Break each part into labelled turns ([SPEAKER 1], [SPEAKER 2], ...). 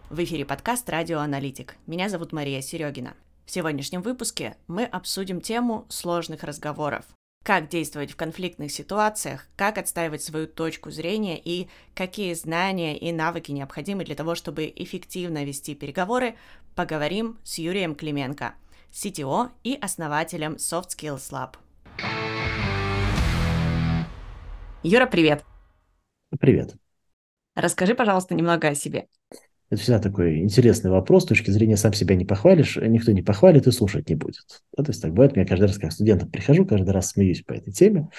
[SPEAKER 1] В эфире подкаст «Радио Аналитик». Меня зовут Мария Серегина. В сегодняшнем выпуске мы обсудим тему сложных разговоров. Как действовать в конфликтных ситуациях, как отстаивать свою точку зрения и какие знания и навыки необходимы для того, чтобы эффективно вести переговоры, поговорим с Юрием Клименко, CTO и основателем Soft Skills Lab. Юра, привет!
[SPEAKER 2] Привет.
[SPEAKER 1] Расскажи, пожалуйста, немного о себе.
[SPEAKER 2] Это всегда такой интересный вопрос. С точки зрения сам себя не похвалишь, никто не похвалит и слушать не будет. Да, то есть так бывает. Я каждый раз, как студентом прихожу, каждый раз смеюсь по этой теме.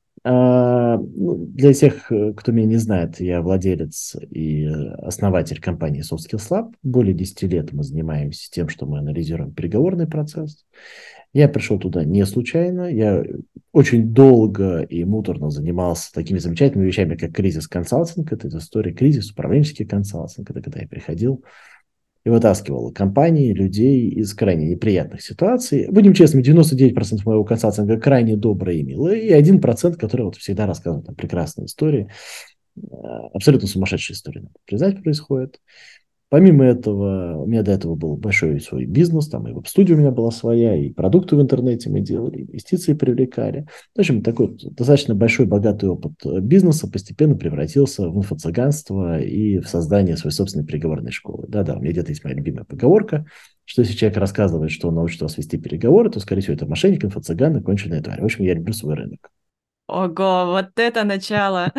[SPEAKER 2] Для тех, кто меня не знает, я владелец и основатель компании Soft Skills Lab. Более 10 лет мы занимаемся тем, что мы анализируем переговорный процесс. Я пришел туда не случайно. Я очень долго и муторно занимался такими замечательными вещами, как кризис-консалтинг. Это история кризис, управленческий консалтинг. Это когда я приходил и вытаскивал компании, людей из крайне неприятных ситуаций. Будем честными, 99% моего консалтинга крайне добрые и милые, и 1%, который вот всегда рассказывает там прекрасные истории. Абсолютно сумасшедшие истории, надо признать, происходят. Помимо этого, у меня до этого был большой свой бизнес, там и веб-студия у меня была своя, и продукты в интернете мы делали, инвестиции привлекали. В общем, такой вот достаточно большой, богатый опыт бизнеса постепенно превратился в инфо-цыганство и в создание своей собственной переговорной школы. Да-да, у меня где-то есть моя любимая поговорка, что если человек рассказывает, что он научит вас вести переговоры, то, скорее всего, это мошенник, инфо-цыган и конченая тварь. В общем, я люблю свой рынок.
[SPEAKER 1] Ого, вот это начало!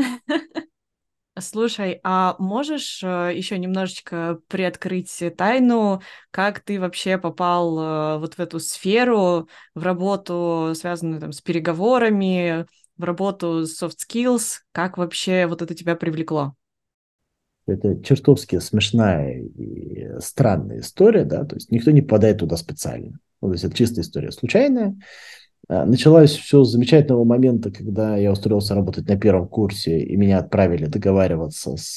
[SPEAKER 1] Слушай, а можешь еще немножечко приоткрыть тайну, как ты вообще попал вот в эту сферу, в работу, связанную там с переговорами, в работу с soft skills, как вообще вот это тебя привлекло?
[SPEAKER 2] Это чертовски смешная и странная история, да, то есть никто не попадает туда специально. Ну, то есть это чистая история случайная. Началось все с замечательного момента, когда я устроился работать на первом курсе, и меня отправили договариваться с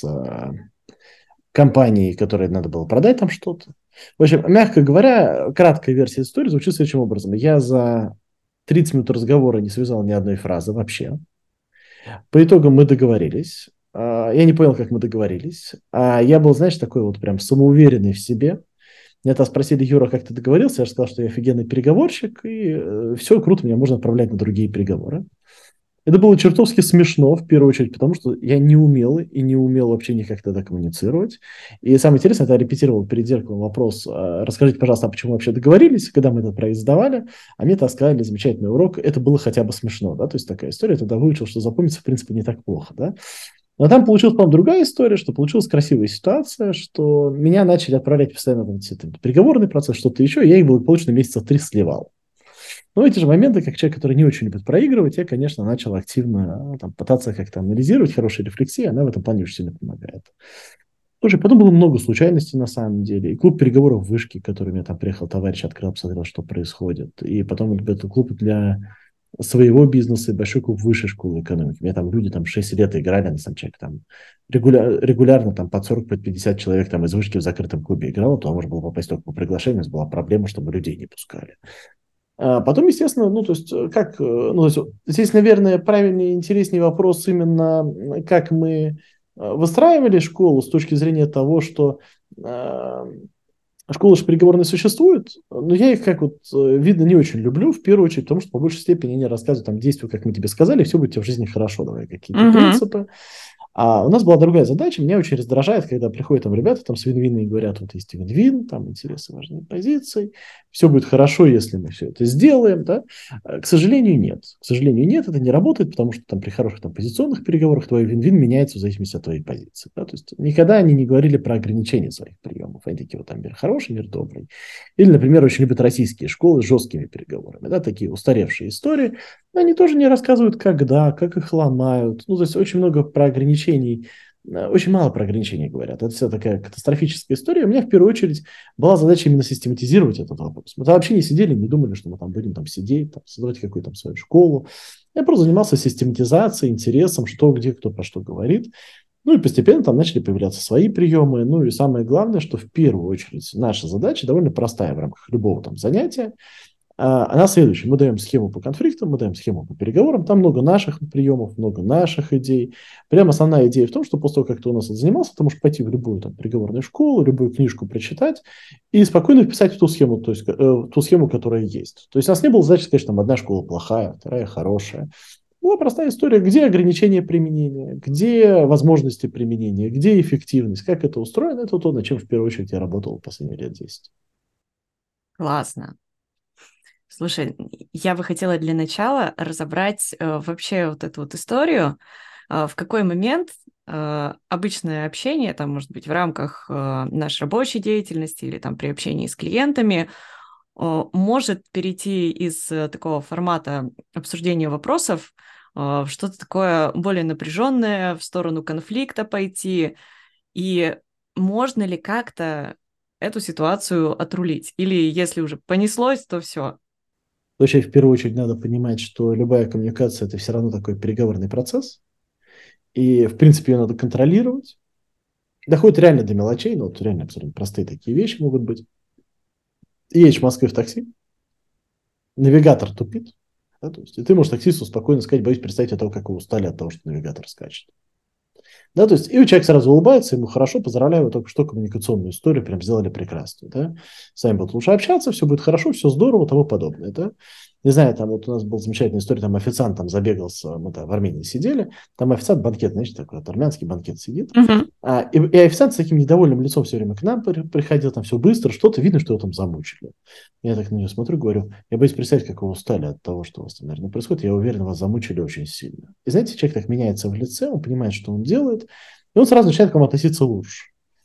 [SPEAKER 2] компанией, которой надо было продать там что-то. В общем, мягко говоря, краткая версия истории звучит следующим образом. Я за 30 минут разговора не связал ни одной фразы вообще. По итогам мы договорились. Я не понял, как мы договорились. Я был, знаешь, такой вот прям самоуверенный в себе. Меня тогда спросили: Юра, как ты договорился? Я же сказал, что я офигенный переговорщик, и все круто, меня можно отправлять на другие переговоры. Это было чертовски смешно, в первую очередь, потому что я не умел и не умел вообще никак тогда коммуницировать. И самое интересное, я репетировал перед зеркалом вопрос: расскажите, пожалуйста, а почему вообще договорились, когда мы этот проект сдавали? А мне тогда сказали замечательный урок, это было хотя бы смешно, да, то есть такая история, я тогда выучил, что запомнится, в принципе, не так плохо, да. Но там получилась, по-моему, другая история, что получилась красивая ситуация, что меня начали отправлять постоянно в переговорный процесс, что-то еще, и я их благополучно месяца 3 сливал. Но в эти же моменты, как человек, который не очень любит проигрывать, я, конечно, начал активно там, пытаться как-то анализировать, хорошая рефлексия, она в этом плане очень сильно помогает. Слушай, потом было много случайностей на самом деле. И клуб переговоров в Вышке, который меня там приехал товарищ, открыл, посмотрел, что происходит. И потом это клуб для своего бизнеса и большой клуб высшей школы экономики. У меня там люди там 6 лет играли, на самом человек там регулярно там под 40, под 50 человек там из Вышки в закрытом клубе играло, то можно было попасть только по приглашению, у нас была проблема, чтобы людей не пускали. Потом, естественно, ну, то есть, ну, то есть, здесь, наверное, правильнее и интереснее вопрос именно, как мы выстраивали школу с точки зрения того, что школы же переговорные существуют, но я их, как вот видно, не очень люблю, в первую очередь, потому что по большей степени они рассказывают там действия, как мы тебе сказали, все будет у тебя в жизни хорошо, давай какие-то
[SPEAKER 1] Угу.
[SPEAKER 2] принципы. А у нас была другая задача. Меня очень раздражает, когда приходят там ребята там с вин-вин и говорят: вот есть вин-вин, там интересы важные позиции, все будет хорошо, если мы все это сделаем. Да? К сожалению, нет. К сожалению, нет, это не работает, потому что там при хороших там, позиционных переговорах твой вин-вин меняется в зависимости от твоей позиции. Да? То есть никогда они не говорили про ограничения своих приемов. Они такие: вот там мир хороший, мир добрый. Или, например, очень любят российские школы с жесткими переговорами. Да? Такие устаревшие истории. Но они тоже не рассказывают, когда, как их ломают. Ну, то есть очень много про ограничений, очень мало про ограничения говорят. Это все такая катастрофическая история. У меня в первую очередь была задача именно систематизировать этот вопрос. Мы там вообще не сидели, не думали, что мы там будем там сидеть, там, создавать какую-то там свою школу. Я просто занимался систематизацией, интересом, что, где, кто про что говорит. Ну и постепенно там начали появляться свои приемы. Ну и самое главное, что в первую очередь наша задача довольно простая в рамках любого там занятия. Она следующая. Мы даем схему по конфликтам, мы даем схему по переговорам. Там много наших приемов, много наших идей. Прям основная идея в том, что после того, как ты у нас занимался, ты можешь пойти в любую там переговорную школу, любую книжку прочитать и спокойно вписать в ту схему, то есть ту схему, которая есть. То есть у нас не было задачи сказать, что там одна школа плохая, вторая хорошая. Была простая история, где ограничения применения, где возможности применения, где эффективность, как это устроено. Это то, над чем в первую очередь я работал последние лет 10.
[SPEAKER 1] Классно. Слушай, я бы хотела для начала разобрать вообще вот эту вот историю, в какой момент обычное общение, там, может быть, в рамках нашей рабочей деятельности или там при общении с клиентами, может перейти из такого формата обсуждения вопросов в что-то такое более напряженное, в сторону конфликта пойти, и можно ли как-то эту ситуацию отрулить? Или если уже понеслось, то все.
[SPEAKER 2] Вообще, в первую очередь, надо понимать, что любая коммуникация – это все равно такой переговорный процесс. И, в принципе, ее надо контролировать. Доходит реально до мелочей, но вот реально абсолютно простые такие вещи могут быть. Едешь в Москве в такси, навигатор тупит. Да, то есть, и ты можешь таксисту спокойно сказать, боюсь представить от того, как вы устали от того, что навигатор скачет. Да, то есть, и человек сразу улыбается, ему хорошо, поздравляю, вы только что коммуникационную историю прям сделали прекрасную, да. С вами будет лучше общаться, все будет хорошо, все здорово, тому подобное, да. Не знаю, там вот у нас была замечательная история, там официант там забегался, мы там в Армении сидели, там официант банкет, знаете, такой вот армянский банкет сидит,
[SPEAKER 1] Мгм.
[SPEAKER 2] и официант с таким недовольным лицом все время к нам приходил, там все быстро, что-то видно, что его там замучили. Я так на нее смотрю, говорю, я боюсь представить, как вы устали от того, что у вас там, наверное, происходит. Я уверен, вас замучили очень сильно. И знаете, человек так меняется в лице, он понимает, что он делает, и он сразу начинает к вам относиться лучше.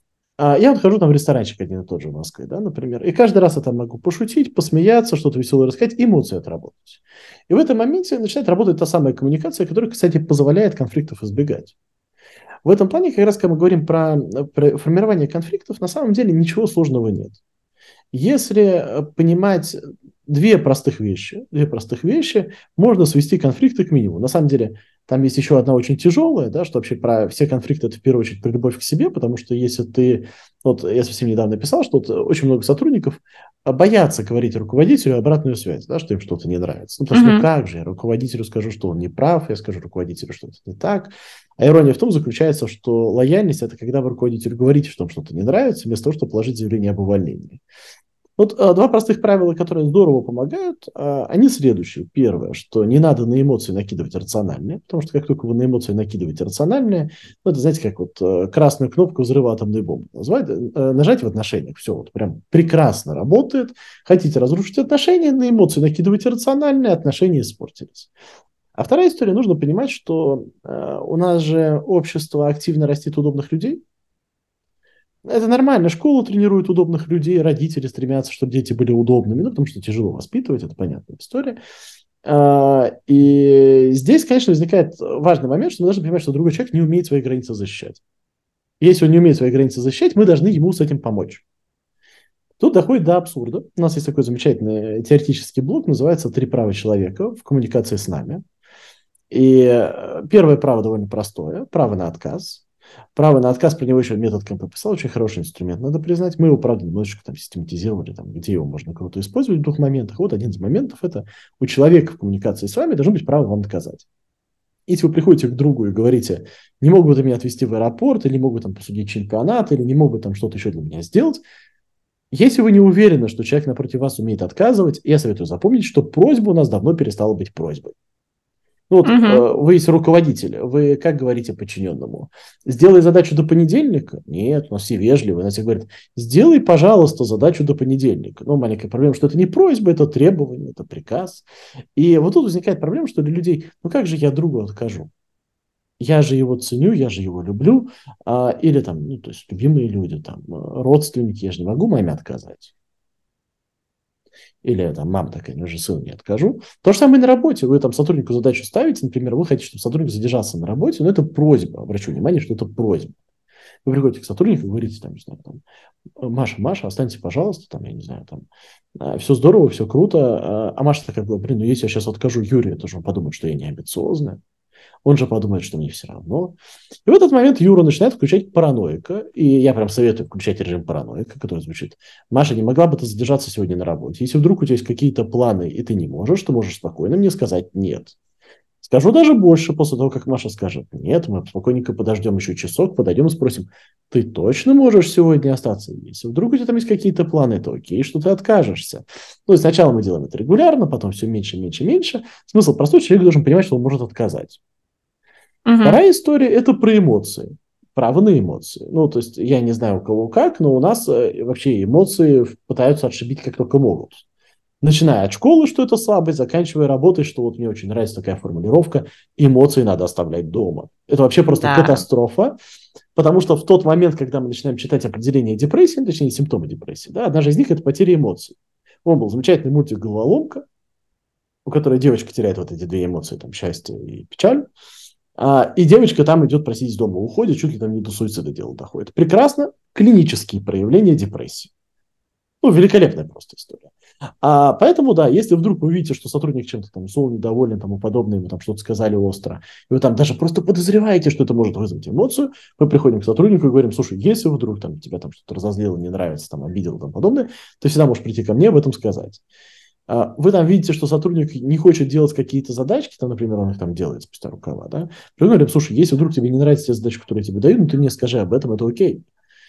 [SPEAKER 2] Я вот хожу там в ресторанчик один и тот же в Москве, да, например, и каждый раз я там могу пошутить, посмеяться, что-то веселое рассказать, эмоции отработать. И в этом моменте начинает работать та самая коммуникация, которая, кстати, позволяет конфликтов избегать. В этом плане, как раз, когда мы говорим про формирование конфликтов, на самом деле ничего сложного нет. Если понимать две простых вещи, можно свести конфликты к минимуму. На самом деле, там есть еще одна очень тяжелая, да, что вообще про все конфликты это в первую очередь про любовь к себе, потому что если ты, вот я совсем недавно писал, что вот очень много сотрудников боятся говорить руководителю обратную связь, да, что им что-то не нравится. Ну, потому что, ну
[SPEAKER 1] Мгм.
[SPEAKER 2] как же, я руководителю скажу, что он не прав, я скажу руководителю, что это не так. А ирония в том заключается, что лояльность – это когда вы руководителю говорите, что вам что-то не нравится, вместо того, чтобы положить заявление об увольнении. Вот два простых правила, которые здорово помогают, они следующие. Первое, что не надо на эмоции накидывать рациональные, потому что как только вы на эмоции накидываете рациональные, ну, это, знаете, как вот красную кнопку взрыва атомной бомбы назвать, нажать в отношениях, все, вот прям прекрасно работает. Хотите разрушить отношения, на эмоции накидывайте рациональные, отношения испортились. А вторая история, нужно понимать, что у нас же общество активно растит удобных людей. Это нормально. Школу тренируют удобных людей, родители стремятся, чтобы дети были удобными, ну, потому что тяжело воспитывать, это понятная история. И здесь, конечно, возникает важный момент, что мы должны понимать, что другой человек не умеет свои границы защищать. Если он не умеет свои границы защищать, мы должны ему с этим помочь. Тут доходит до абсурда. У нас есть такой замечательный теоретический блок, называется «Три права человека в коммуникации с нами». И первое право довольно простое, право на отказ. Право на отказ, про него еще метод КМП писал, очень хороший инструмент, надо признать. Мы его, правда, немножечко там систематизировали, там, где его можно круто использовать в двух моментах. Вот один из моментов – это у человека в коммуникации с вами должно быть право вам отказать. Если вы приходите к другу и говорите, не мог бы ты меня отвезти в аэропорт, или не мог бы там посудить чемпионат, или не мог бы там что-то еще для меня сделать, если вы не уверены, что человек напротив вас умеет отказывать, я советую запомнить, что просьба у нас давно перестала быть просьбой. Ну вот
[SPEAKER 1] Мгм.
[SPEAKER 2] вы есть руководитель, вы как говорите подчиненному? Сделай задачу до понедельника? Нет, у нас все вежливые, у нас все говорят, сделай, пожалуйста, задачу до понедельника. Ну, маленькая проблема, что это не просьба, это требование, это приказ. И вот тут возникает проблема, что для людей, ну как же я другу откажу? Я же его ценю, я же его люблю. Или там, ну, то есть любимые люди, там, родственники, я же не могу маме отказать. Или там мама такая, ну же сыну не откажу. То же самое и на работе. Вы там сотруднику задачу ставите, например, вы хотите, чтобы сотрудник задержался на работе, но это просьба. Обращу внимание, что это просьба. Вы приходите к сотруднику и говорите, там, не знаю, там, Маша, останьте, пожалуйста, там, я не знаю, там, все здорово, все круто. А Маша такая говорит, блин, ну если я сейчас откажу Юрию, то же он подумает, что я не амбициозная. Он же подумает, что мне все равно. И в этот момент Юра начинает включать параноика. И я прям советую включать режим параноика, который звучит: Маша, не могла бы ты задержаться сегодня на работе? Если вдруг у тебя есть какие-то планы, и ты не можешь, ты можешь спокойно мне сказать «нет». Скажу даже больше, после того, как Маша скажет «нет», мы спокойненько подождем еще часок, подойдем и спросим: ты точно можешь сегодня остаться? Если вдруг у тебя там есть какие-то планы, то окей, что ты откажешься. Ну, и сначала мы делаем это регулярно, потом все меньше, меньше, меньше. Смысл простой: человек должен понимать, что он может отказать.
[SPEAKER 1] Мгм.
[SPEAKER 2] Вторая история – это про эмоции. Право на эмоции. Ну, то есть, я не знаю, у кого как, но у нас вообще эмоции пытаются отшибить как только могут. Начиная от школы, что это слабость, заканчивая работой, что вот мне очень нравится такая формулировка: эмоции надо оставлять дома. Это вообще просто
[SPEAKER 1] Да.
[SPEAKER 2] катастрофа, потому что в тот момент, когда мы начинаем читать определение депрессии, точнее симптомы депрессии, да, одна же из них – это потеря эмоций. Он был замечательный мультик «Головоломка», у которой девочка теряет вот эти две эмоции, там, счастье и печаль. И девочка там идет просить из дома, уходит, чуть ли там не до суицида дело доходит. Прекрасно, клинические проявления депрессии. Ну, великолепная просто история. Поэтому, да, если вдруг вы видите, что сотрудник чем-то там зол, недоволен, тому подобное, ему там что-то сказали остро, и вы там даже просто подозреваете, что это может вызвать эмоцию, мы приходим к сотруднику и говорим: слушай, если вдруг там тебя там что-то разозлило, не нравится, там обидел и тому подобное, ты всегда можешь прийти ко мне об этом сказать. Вы там видите, что сотрудник не хочет делать какие-то задачки, там, например, он их там делает спустя рукава, да, мы говорим: слушай, если вдруг тебе не нравятся те задачи, которые я тебе даю, ну ты мне скажи об этом, это окей.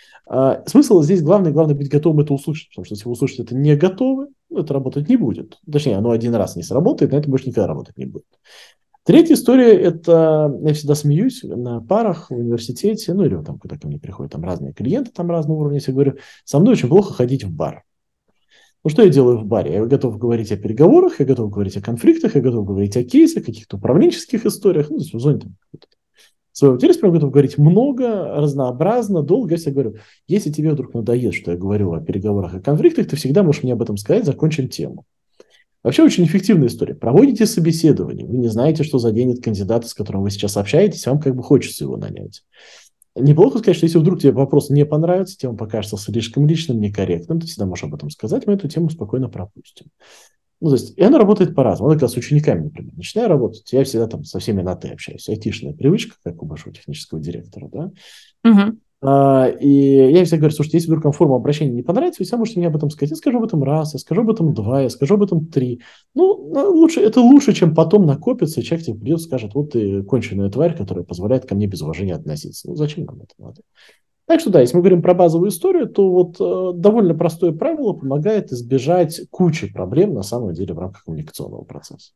[SPEAKER 2] Смысл здесь главное быть готовым это услышать, потому что если вы услышите это не готовы, ну, это работать не будет. Точнее, оно один раз не сработает, на это больше никогда работать не будет. Третья история – это, я всегда смеюсь, на парах в университете, ну или вот там, когда ко мне приходят там разные клиенты там разного уровня, я говорю: со мной очень плохо ходить в бар. Ну, что я делаю в баре? Я готов говорить о переговорах, я готов говорить о конфликтах, я готов говорить о кейсах, каких-то управленческих историях, ну, то есть в зоне там, своего интереса, я готов говорить много, разнообразно, долго. Я всегда говорю: если тебе вдруг надоест, что я говорю о переговорах и конфликтах, ты всегда можешь мне об этом сказать, закончим тему. Вообще очень эффективная история. Проводите собеседование, вы не знаете, что заденет кандидата, с которым вы сейчас общаетесь, вам как бы хочется его нанять. Неплохо сказать, что если вдруг тебе вопрос не понравится, тебе он покажется слишком личным, некорректным, ты всегда можешь об этом сказать, мы эту тему спокойно пропустим. Ну, то есть, и она работает по-разному. Она как раз с учениками, например. Начиная работать, я всегда там со всеми на «ты» общаюсь. Айтишная привычка, как у большого технического директора, да.
[SPEAKER 1] Мгм.
[SPEAKER 2] И я всегда говорю: слушайте, если вдруг вам форма обращения не понравится, вы всегда можете мне об этом сказать. Я скажу об этом раз, я скажу об этом два, я скажу об этом три. Лучше, это лучше, чем потом накопится, и человек тебе придет и скажет: вот ты конченая тварь, которая позволяет ко мне без уважения относиться. Ну, зачем нам это надо? Так что да, если мы говорим про базовую историю, то вот довольно простое правило помогает избежать кучи проблем на самом деле в рамках коммуникационного процесса.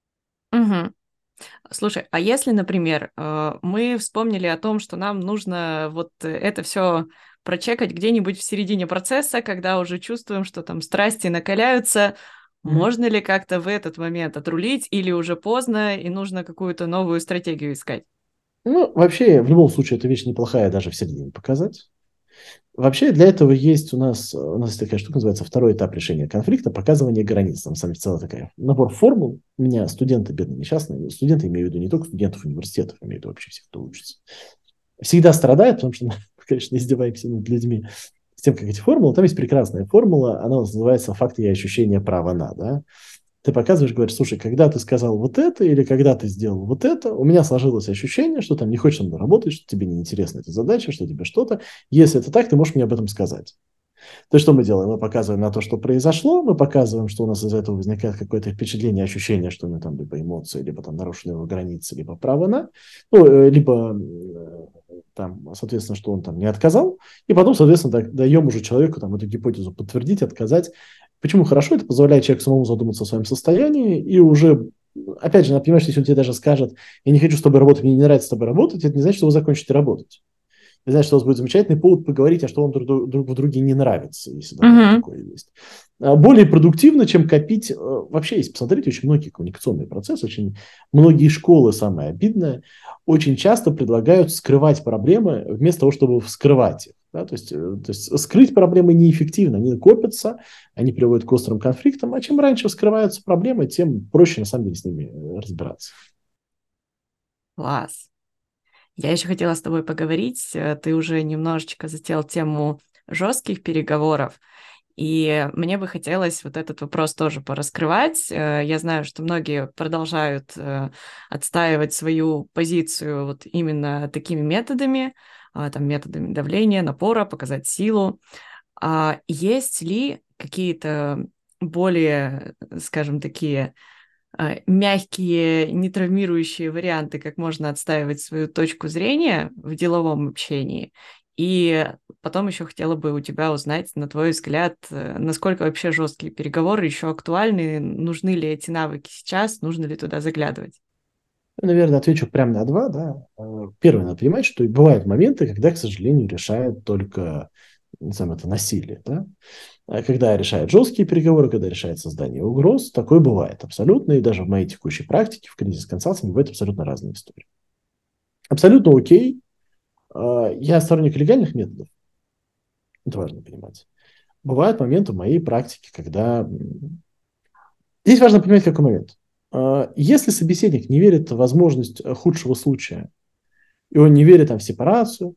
[SPEAKER 1] Мгм. Слушай, а если, например, мы вспомнили о том, что нам нужно вот это все прочекать где-нибудь в середине процесса, когда уже чувствуем, что там страсти накаляются, можно ли как-то в этот момент отрулить или уже поздно и нужно какую-то новую стратегию искать?
[SPEAKER 2] Ну, вообще, в любом случае, эта вещь неплохая даже в середине показать. Вообще, для этого есть у нас есть такая штука, называется второй этап решения конфликта – показывание границ. Там сами целая такая набор формул. У меня студенты бедные, несчастные, студенты, имею в виду не только студентов университетов, имею в виду вообще всех, кто учится, всегда страдают, потому что мы, конечно, издеваемся над людьми с тем, как эти формулы. Там есть прекрасная формула, она называется «факты и ощущения права на». Да? Ты показываешь, говоришь: слушай, когда ты сказал вот это или когда ты сделал вот это, у меня сложилось ощущение, что там не хочешь со мной работать, что тебе неинтересна эта задача, что тебе что-то. Если это так, ты можешь мне об этом сказать. То есть что мы делаем? Мы показываем на то, что произошло, мы показываем, что у нас из этого возникает какое-то впечатление, ощущение, что мы там либо эмоции, либо там нарушены его границы, либо право на, либо там, соответственно, что он там не отказал, и потом, соответственно, даем уже человеку там эту гипотезу подтвердить, отказать. Почему хорошо? Это позволяет человеку самому задуматься о своем состоянии, и уже, опять же, надо понимать, что если он тебе даже скажет: я не хочу с тобой работать, мне не нравится с тобой работать, это не значит, что вы закончите работать. И значит, что у вас будет замечательный повод поговорить, а что вам друг в друге не нравится, если даже
[SPEAKER 1] Мгм.
[SPEAKER 2] такое есть. Более продуктивно, чем копить. Вообще, если посмотреть, очень многие коммуникационные процессы, очень многие школы, самое обидное, очень часто предлагают скрывать проблемы вместо того, чтобы вскрывать их. Да? То есть скрыть проблемы неэффективно, они копятся, они приводят к острым конфликтам, а чем раньше вскрываются проблемы, тем проще на самом деле с ними разбираться.
[SPEAKER 1] Класс. Я еще хотела с тобой поговорить. Ты уже немножечко затеял тему жестких переговоров. И мне бы хотелось вот этот вопрос тоже пораскрывать. Я знаю, что многие продолжают отстаивать свою позицию вот именно такими методами, там, методами давления, напора, показать силу. А есть ли какие-то более, скажем, такие мягкие, нетравмирующие варианты, как можно отстаивать свою точку зрения в деловом общении? И потом еще хотела бы у тебя узнать, на твой взгляд, насколько вообще жесткие переговоры еще актуальны, нужны ли эти навыки сейчас, нужно ли туда заглядывать?
[SPEAKER 2] Наверное, отвечу прямо на два, да. Первое, надо понимать, что и бывают моменты, когда, к сожалению, решает только, не знаю, это насилие, да. Когда решает жесткие переговоры, когда решает создание угроз, такое бывает абсолютно, и даже в моей текущей практике, в кризис-консалтинге, бывают абсолютно разные истории. Абсолютно окей. Я сторонник легальных методов, это важно понимать. Бывают моменты в моей практике, когда... Здесь важно понимать, какой момент. Если собеседник не верит в возможность худшего случая, и он не верит там, в сепарацию,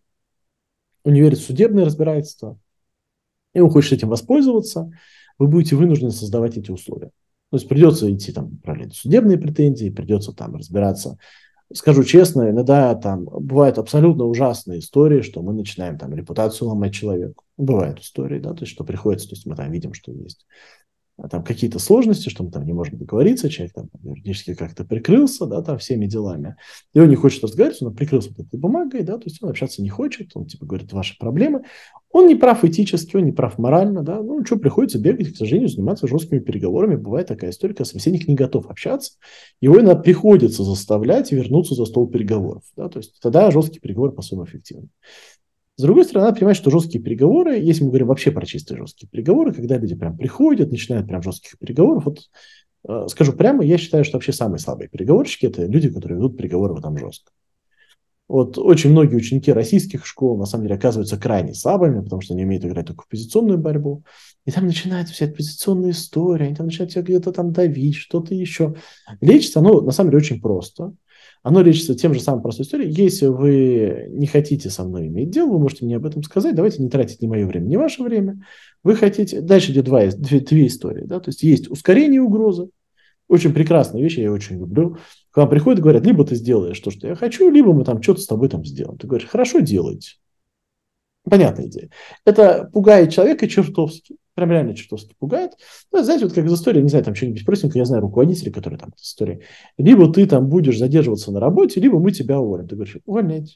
[SPEAKER 2] он не верит в судебное разбирательство, и он хочет этим воспользоваться, вы будете вынуждены создавать эти условия. То есть придется идти там управлять судебные претензии, придется там разбираться. Скажу честно, иногда там бывают абсолютно ужасные истории, что мы начинаем там репутацию ломать человеку. Бывают истории, да, то есть что приходится, то есть мы там видим, что есть там какие-то сложности, что мы там не можем договориться, человек там юридически как-то прикрылся, да, там всеми делами, и он не хочет разговаривать, он прикрылся вот этой бумагой, да, то есть он общаться не хочет, он типа говорит, ваши проблемы, он не прав этически, он не прав морально, да, ну что, приходится бегать, к сожалению, заниматься жесткими переговорами, бывает такая история, когда собеседник не готов общаться, его иногда приходится заставлять вернуться за стол переговоров, да, то есть тогда жесткий переговор по-своему эффективен. С другой стороны, надо понимать, что жесткие переговоры, если мы говорим вообще про чистые жесткие переговоры, когда люди прям приходят, начинают прям жестких переговоров, вот скажу прямо, я считаю, что вообще самые слабые переговорщики – это люди, которые ведут переговоры вот там жестко. Вот очень многие ученики российских школ на самом деле оказываются крайне слабыми, потому что они умеют играть только в позиционную борьбу. И там начинается вся эта позиционная история, они там начинают тебя где-то там давить, что-то еще. Лечится оно на самом деле очень просто. Оно лечится тем же самым простой историей. Если вы не хотите со мной иметь дело, вы можете мне об этом сказать. Давайте не тратить ни мое время, ни ваше время. Вы хотите... Дальше идет две истории. Да? То есть ускорение угрозы. Очень прекрасная вещь, я ее очень люблю. К вам приходят и говорят, либо ты сделаешь то, что я хочу, либо мы там что-то с тобой там сделаем. Ты говоришь, хорошо, делайте. Понятная идея. Это пугает человека чертовски. Прям реально чертовски пугает. Ну, знаете, вот как из истории, не знаю, там что-нибудь простенькое, я знаю руководителей, которые там с историей. Либо ты там будешь задерживаться на работе, либо мы тебя уволим. Ты говоришь, увольняйте.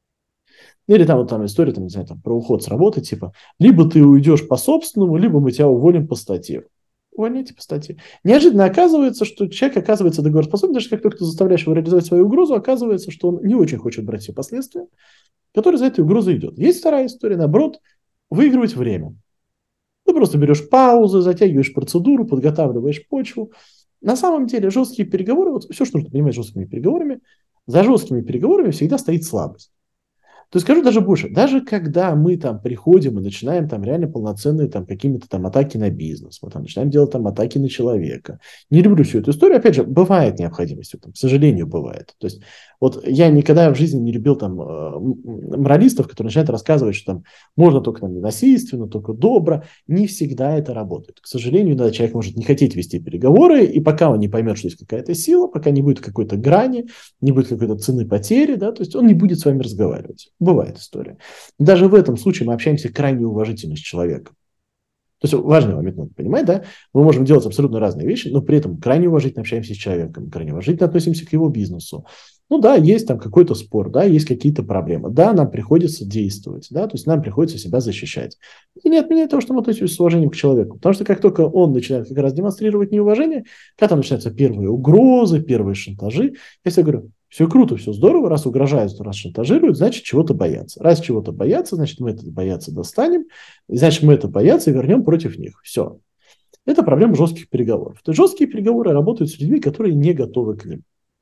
[SPEAKER 2] Или там вот там история, там, не знаю, там, про уход с работы, типа, либо ты уйдешь по собственному, либо мы тебя уволим по статье. Увольняйте по статье. Неожиданно оказывается, что человек оказывается договороспособен, даже как только ты заставляешь его реализовать свою угрозу, оказывается, что он не очень хочет брать все последствия, которые за этой угрозой идет. Есть вторая история, наоборот, выигрывать время. Ты просто берешь паузы, затягиваешь процедуру, подготавливаешь почву. На самом деле жесткие переговоры, вот все, что нужно понимать жесткими переговорами, за жесткими переговорами всегда стоит слабость. То есть скажу даже больше, даже когда мы там приходим и начинаем там реально полноценные там какими-то там атаки на бизнес, мы там начинаем делать там атаки на человека. Не люблю всю эту историю, опять же, бывает необходимость, там, к сожалению, бывает. То есть вот я никогда в жизни не любил там моралистов, которые начинают рассказывать, что там можно только там ненасильственно, только добро. Не всегда это работает. К сожалению, иногда человек может не хотеть вести переговоры, и пока он не поймет, что есть какая-то сила, пока не будет какой-то грани, не будет какой-то цены потери, да, то есть он не будет с вами разговаривать. Бывает история. Даже в этом случае мы общаемся крайне уважительно с человеком. То есть важный момент надо понимать, да, мы можем делать абсолютно разные вещи, но при этом крайне уважительно общаемся с человеком, крайне уважительно относимся к его бизнесу. Ну да, есть там какой-то спор, да, есть какие-то проблемы, да, нам приходится действовать, да, то есть нам приходится себя защищать. И не отменяет того, что мы относимся с уважением к человеку, потому что как только он начинает как раз демонстрировать неуважение, когда там начинаются первые угрозы, первые шантажи, я всегда говорю, все круто, все здорово, раз угрожают, раз шантажируют, значит, чего-то боятся. Раз чего-то боятся, значит, мы это бояться достанем, значит, мы это боятся и вернем против них. Все. Это проблема жестких переговоров. То есть жесткие переговоры работают с людьми, которые не готовы к ним.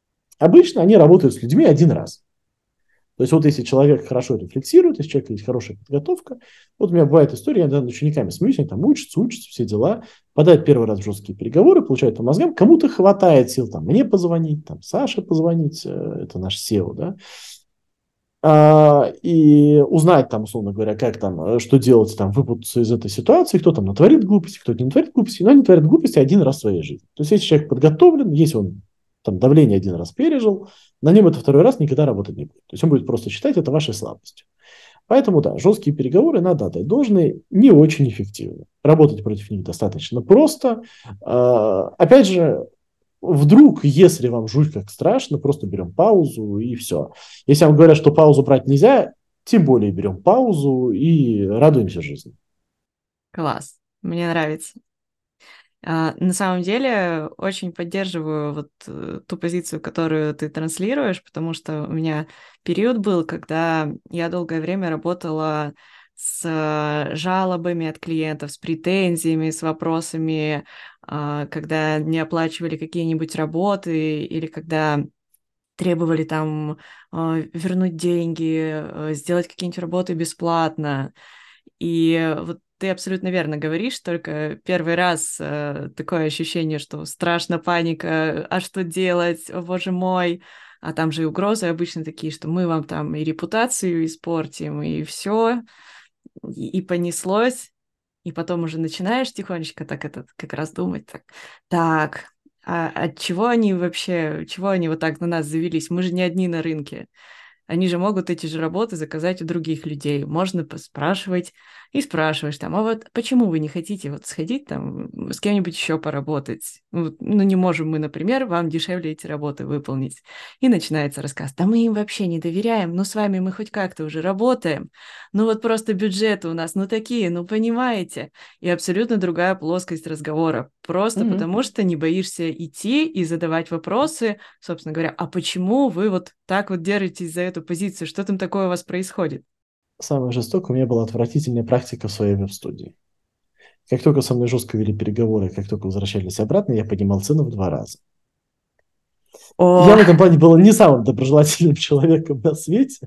[SPEAKER 2] Обычно они работают с людьми один раз. То есть вот если человек хорошо рефлексирует, если у человека есть хорошая подготовка, вот у меня бывает история, я над учениками смеюсь, они там учатся, все дела, попадают первый раз в жесткие переговоры, получают по мозгам, кому-то хватает сил там мне позвонить, там Саше позвонить, это наш SEO, да, и узнать там, условно говоря, как там, что делать, там, выпутаться из этой ситуации, кто там натворит глупости, кто не натворит глупости, но они творят глупости один раз в своей жизни. То есть, если человек подготовлен, если он там давление один раз пережил, на нем это второй раз никогда работать не будет. То есть, он будет просто считать это вашей слабостью. Поэтому, да, жесткие переговоры, надо отдать должное, не очень эффективны. Работать против них достаточно просто. Опять же, вдруг, если вам жуть как страшно, просто берем паузу и все. Если вам говорят, что паузу брать нельзя, тем более берем паузу и радуемся жизни.
[SPEAKER 1] Класс, мне нравится. На самом деле, очень поддерживаю вот ту позицию, которую ты транслируешь, потому что у меня период был, когда я долгое время работала с жалобами от клиентов, с претензиями, с вопросами, когда не оплачивали какие-нибудь работы или когда требовали там вернуть деньги, сделать какие-нибудь работы бесплатно. И вот ты абсолютно верно говоришь, только первый раз такое ощущение, что страшно, паника, а что делать, о боже мой. А там же и угрозы обычно такие, что мы вам там и репутацию испортим, и все, и понеслось. И потом уже начинаешь тихонечко так это как раз думать, так, а от чего они вообще, чего они вот так на нас завелись? Мы же не одни на рынке. Они же могут эти же работы заказать у других людей. Можно поспрашивать и спрашиваешь там, а вот почему вы не хотите вот сходить там с кем-нибудь еще поработать? Ну, не можем мы, например, вам дешевле эти работы выполнить. И начинается рассказ. Да мы им вообще не доверяем, ну с вами мы хоть как-то уже работаем. Ну вот просто бюджеты у нас, ну такие, ну понимаете. И абсолютно другая плоскость разговора. Просто
[SPEAKER 2] Мгм.
[SPEAKER 1] потому что не боишься идти и задавать вопросы, собственно говоря, а почему вы вот так вот держитесь за эту позицию? Что там такое у вас происходит?
[SPEAKER 2] Самое жестокое у меня была отвратительная практика в своей веб-студии. Как только со мной жестко вели переговоры, как только возвращались обратно, я поднимал цену в 2 раза.
[SPEAKER 1] О,
[SPEAKER 2] Я в этом плане был не самым доброжелательным человеком на свете.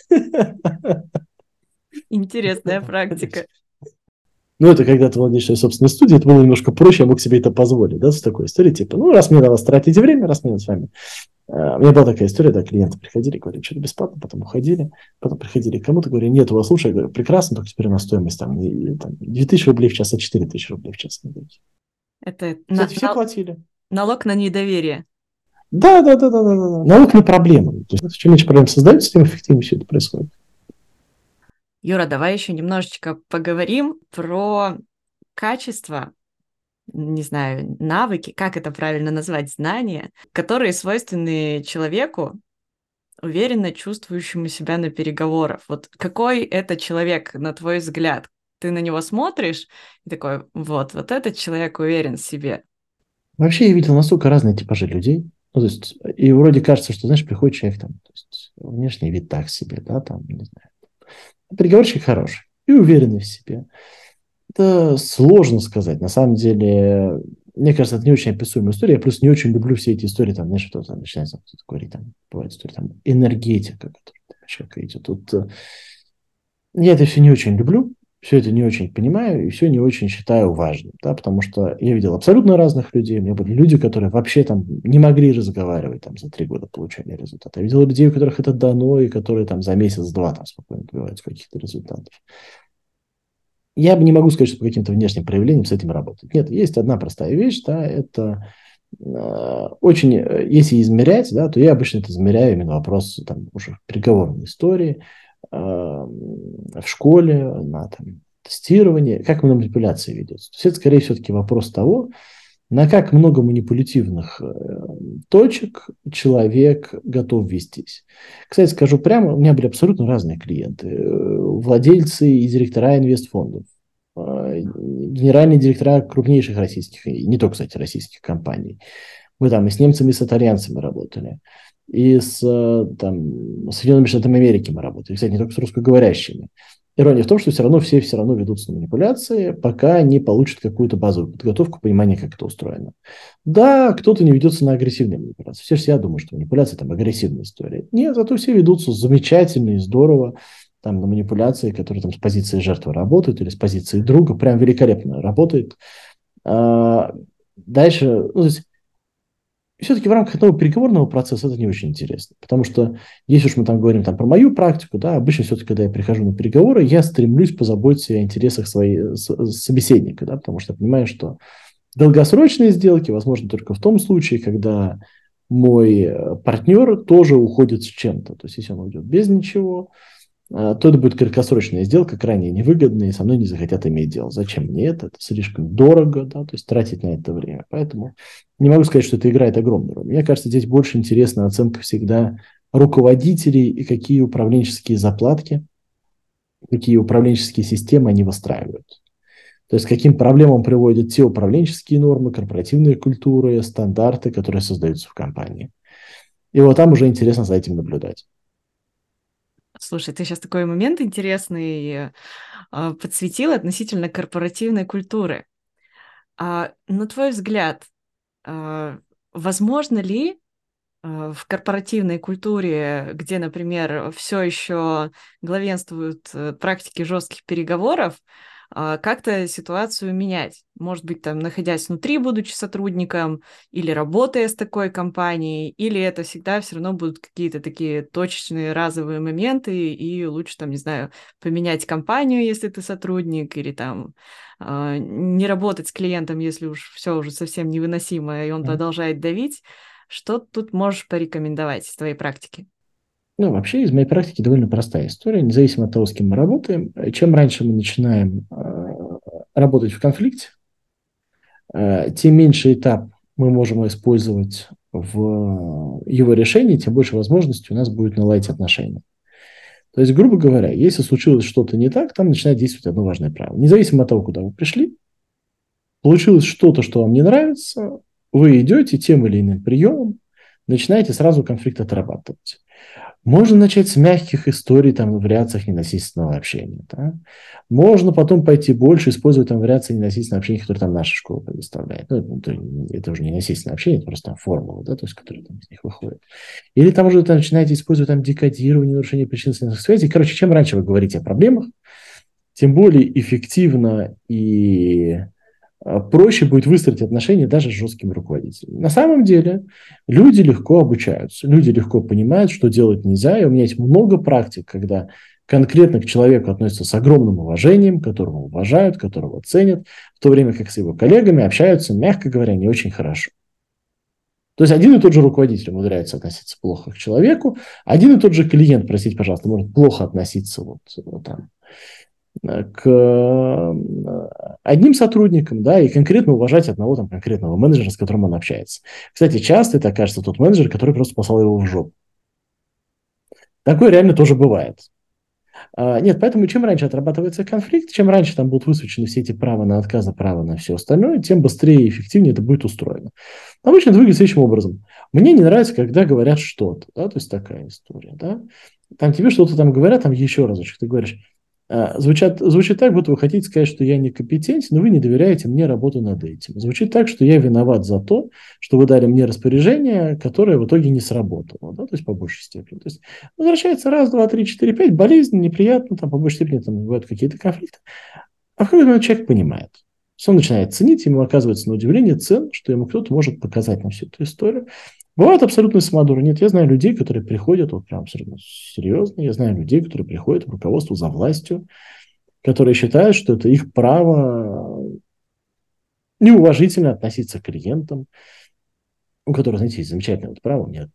[SPEAKER 1] интересная практика.
[SPEAKER 2] Ну, это когда ты владеешь своей собственной студией, это было немножко проще, я мог себе это позволить, да, с такой историей, типа, ну, раз мне на вас тратите время, раз мне с вами. У меня была такая история, да, клиенты приходили, говорили, что-то бесплатно, потом уходили, потом приходили к кому-то, говорили, нет, у вас лучше, я говорю, прекрасно, только теперь у нас стоимость там, не, там 2000 рублей в час, а 4000 рублей в час.
[SPEAKER 1] Это
[SPEAKER 2] Кстати, все платили.
[SPEAKER 1] налог на недоверие.
[SPEAKER 2] Да, да, да, да, да, да. Налог на проблемы. То есть, чем меньше проблем создается, тем эффективнее все это происходит.
[SPEAKER 1] Юра, давай еще немножечко поговорим про качество, не знаю, навыки, как это правильно назвать, знания, которые свойственны человеку, уверенно чувствующему себя на переговорах. Вот какой это человек, на твой взгляд? Ты на него смотришь и такой, вот этот человек уверен в себе.
[SPEAKER 2] Вообще, я видел настолько разные типажи людей. Ну, то есть, и вроде кажется, что, знаешь, приходит человек, там, то есть, внешний вид так себе, да, там, не знаю. Переговорщик хороший и уверенный в себе. Это сложно сказать. На самом деле, мне кажется, это не очень описуемая история. Я просто не очень люблю все эти истории, там, знаешь, что там начинается кто-то говорить, там, бывает история, там, энергетика, которая у человека идет. Тут я это все не очень люблю, все это не очень понимаю и все не очень считаю важным, да, потому что я видел абсолютно разных людей. У меня были люди, которые вообще там не могли разговаривать там за 3 года получения результата. Я видел людей, у которых это дано, и которые там за месяц-два там спокойно добиваются каких-то результатов. Я бы не могу сказать, что по каким-то внешним проявлениям с этим работать. Нет, есть одна простая вещь, да, это очень, если измерять, да, то я обычно это измеряю именно вопрос там уже переговорной истории, в школе, на там, тестировании, как манипуляция ведется. То есть это скорее все-таки вопрос того, на как много манипулятивных точек человек готов вестись. Кстати, скажу прямо, у меня были абсолютно разные клиенты. Владельцы и директора инвестфондов, генеральные директора крупнейших российских, и не только, кстати, российских компаний. Мы там и с немцами, и с итальянцами работали. И с там, Соединенными Штатами Америки мы работали. Кстати, не только с русскоговорящими. Ирония в том, что все равно ведутся на манипуляции, пока не получат какую-то базовую подготовку, понимание, как это устроено. Да, кто-то не ведется на агрессивные манипуляции. Все же я думаю, что манипуляция там агрессивная история. Нет, зато все ведутся замечательно и здорово там, на манипуляции, которые там с позиции жертвы работают или с позиции друга, прям великолепно работает. Дальше, ну, то есть все-таки в рамках одного переговорного процесса это не очень интересно. Потому что, если уж мы там говорим там, про мою практику, да, обычно все-таки, когда я прихожу на переговоры, я стремлюсь позаботиться о интересах своей собеседника, да, потому что я понимаю, что долгосрочные сделки возможны только в том случае, когда мой партнер тоже уходит с чем-то. То есть, если он уйдет без ничего, то это будет краткосрочная сделка, крайне невыгодная, и со мной не захотят иметь дело. Зачем мне это? Это слишком дорого, да, то есть тратить на это время. Поэтому не могу сказать, что это играет огромную роль. Мне кажется, здесь больше интересна оценка всегда руководителей и какие управленческие заплатки, какие управленческие системы они выстраивают. То есть, к каким проблемам приводят те управленческие нормы, корпоративные культуры, стандарты, которые создаются в компании. И вот там уже интересно за этим наблюдать.
[SPEAKER 1] Слушай, ты сейчас такой момент интересный подсветил относительно корпоративной культуры. На твой взгляд, возможно ли в корпоративной культуре, где, например, все еще главенствуют практики жестких переговоров, как-то ситуацию менять? Может быть, там, находясь внутри, будучи сотрудником, или работая с такой компанией, или это всегда все равно будут какие-то такие точечные разовые моменты, и лучше, там, не знаю, поменять компанию, если ты сотрудник, или там не работать с клиентом, если уж все уже совсем невыносимо, и он продолжает давить. Что тут можешь порекомендовать из твоей практики?
[SPEAKER 2] Ну, вообще, из моей практики довольно простая история. Независимо от того, с кем мы работаем, чем раньше мы начинаем работать в конфликте, тем меньше этап мы можем использовать в его решении, тем больше возможностей у нас будет наладить отношения. То есть, грубо говоря, если случилось что-то не так, там начинает действовать одно важное правило. Независимо от того, куда вы пришли, получилось что-то, что вам не нравится, вы идете тем или иным приемом, начинаете сразу конфликт отрабатывать. Можно начать с мягких историй там, в вариациях ненасильственного общения. Да? Можно потом пойти больше, использовать там вариации ненасильственного общения, которые там наша школа предоставляет. Ну, это уже не ненасильственное общение, это просто там формула, да, то есть, которые там из них выходят. Или там уже там, начинаете использовать там декодирование, нарушение причинных связей. Короче, чем раньше вы говорите о проблемах, тем более эффективно и проще будет выстроить отношения даже с жесткими руководителями. На самом деле люди легко обучаются, люди легко понимают, что делать нельзя. И у меня есть много практик, когда конкретно к человеку относятся с огромным уважением, которого уважают, которого ценят, в то время как с его коллегами общаются, мягко говоря, не очень хорошо. То есть один и тот же руководитель умудряется относиться плохо к человеку, один и тот же клиент, простите, пожалуйста, может плохо относиться вот там, к одним сотрудникам, да, и конкретно уважать одного там конкретного менеджера, с которым он общается. Кстати, часто это окажется тот менеджер, который просто послал его в жопу. Такое реально тоже бывает. Нет, поэтому чем раньше отрабатывается конфликт, чем раньше там будут высвечены все эти права на отказ, права на все остальное, тем быстрее и эффективнее это будет устроено. Обычно это выглядит следующим образом. Мне не нравится, когда говорят что-то, да, то есть такая история, да. Там тебе что-то там говорят, там еще разочек, ты говоришь, звучит так, будто вы хотите сказать, что я некомпетентен, но вы не доверяете мне работу над этим. Звучит так, что я виноват за то, что вы дали мне распоряжение, которое в итоге не сработало, да, то есть по большей степени. То есть возвращается раз, два, три, четыре, пять, болезнь, неприятно, там по большей степени там бывают какие-то конфликты. А в какой-то момент человек понимает. Он начинает ценить, ему оказывается на удивление цен, что ему кто-то может показать на всю эту историю. Бывают абсолютно самодуры. Нет, я знаю людей, которые приходят, вот прям абсолютно серьезно, я знаю людей, которые приходят в руководство за властью, которые считают, что это их право неуважительно относиться к клиентам, у которых, знаете, есть замечательное вот право, нет,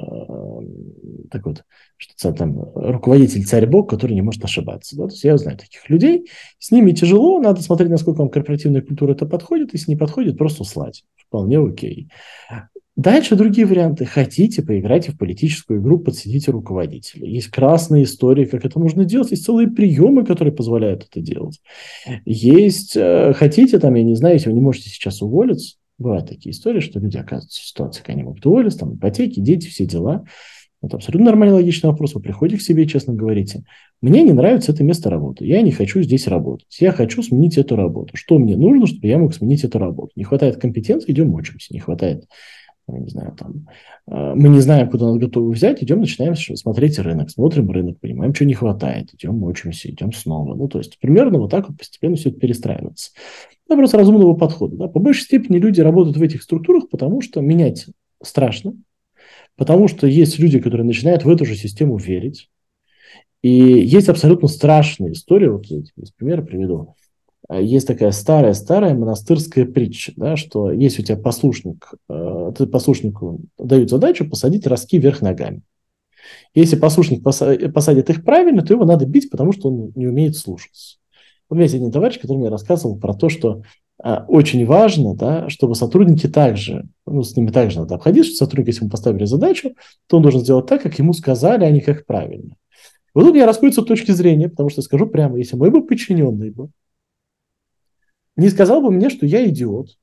[SPEAKER 2] так вот, что там руководитель царь-бог, который не может ошибаться. Да? То есть я знаю таких людей, с ними тяжело, надо смотреть, насколько вам корпоративная культура это подходит, если не подходит, просто слать. Вполне окей. Дальше другие варианты. Хотите, поиграйте в политическую игру, подсидите руководителя. Есть красные истории, как это можно делать. Есть целые приемы, которые позволяют это делать. Есть, хотите, там, я не знаю, если вы не можете сейчас уволиться, бывают такие истории, что люди оказываются в ситуации, когда они могут уволиться, там, ипотеки, дети, все дела. Это абсолютно нормальный, логичный вопрос. Вы приходите к себе и честно говорите, мне не нравится это место работы, я не хочу здесь работать, я хочу сменить эту работу. Что мне нужно, чтобы я мог сменить эту работу? Не хватает компетенции, идем учимся, не хватает, я не знаю, там, мы не знаем, куда нас готовы взять, идем, начинаем смотреть рынок, смотрим рынок, понимаем, что не хватает, идем, учимся, идем снова. Ну, то есть, примерно вот так вот постепенно все это перестраивается. Вопрос разумного подхода. Да? По большей степени люди работают в этих структурах, потому что менять Страшно, потому что есть люди, которые начинают в эту же систему верить. И есть абсолютно страшные истории, вот я тебе пример приведу. Есть такая старая-старая монастырская притча, да, что если у тебя послушник, ты послушнику дают задачу посадить ростки вверх ногами. Если послушник посадит их правильно, то его надо бить, потому что он не умеет слушаться. У меня есть один товарищ, который мне рассказывал про то, что очень важно, да, чтобы сотрудники также, ну, с ними также надо обходиться, что сотрудник, если ему поставили задачу, то он должен сделать так, как ему сказали, а не как правильно. Вот тут я расходится с точки зрения, потому что скажу прямо, если мой бы подчиненный бы не сказал бы мне, что я идиот,